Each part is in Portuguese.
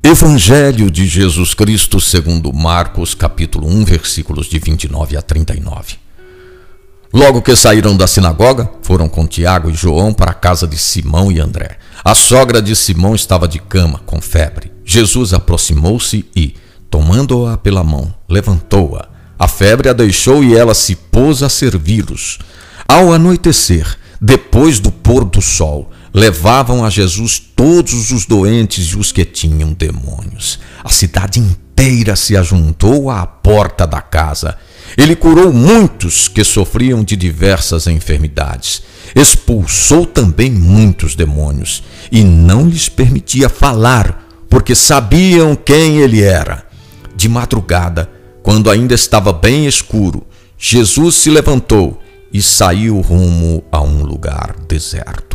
Evangelho de Jesus Cristo segundo Marcos, capítulo 1, versículos de 29 a 39. Logo que saíram da sinagoga, foram com Tiago e João para a casa de Simão e André. A sogra de Simão estava de cama, com febre. Jesus aproximou-se e, tomando-a pela mão, levantou-a. A febre a deixou e ela se pôs a servi-los. Ao anoitecer, depois do pôr do sol, levavam a Jesus todos os doentes e os que tinham demônios. A cidade inteira se ajuntou à porta da casa. Ele curou muitos que sofriam de diversas enfermidades. Expulsou também muitos demônios e não lhes permitia falar, porque sabiam quem ele era. De madrugada, quando ainda estava bem escuro, Jesus se levantou e saiu rumo a um lugar deserto.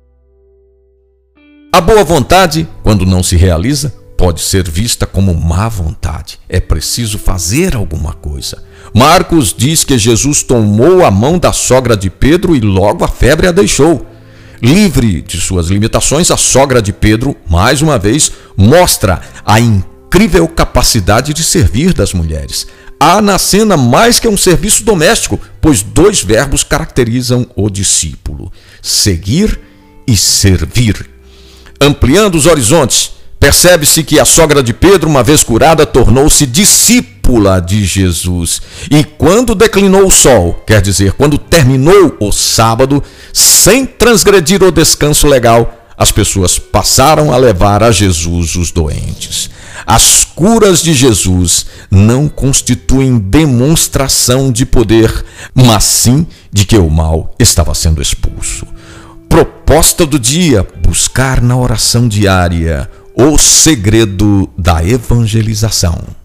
A boa vontade, quando não se realiza, pode ser vista como má vontade. É preciso fazer alguma coisa. Marcos diz que Jesus tomou a mão da sogra de Pedro e logo a febre a deixou. Livre de suas limitações, a sogra de Pedro, mais uma vez, mostra a incrível capacidade de servir das mulheres. Há na cena mais que um serviço doméstico, pois dois verbos caracterizam o discípulo: seguir e servir. Ampliando os horizontes, percebe-se que a sogra de Pedro, uma vez curada, tornou-se discípula de Jesus. E quando declinou o sol, quer dizer, quando terminou o sábado, sem transgredir o descanso legal, as pessoas passaram a levar a Jesus os doentes. As curas de Jesus não constituem demonstração de poder, mas sim de que o mal estava sendo expulso. Proposta do dia: buscar na oração diária o segredo da evangelização.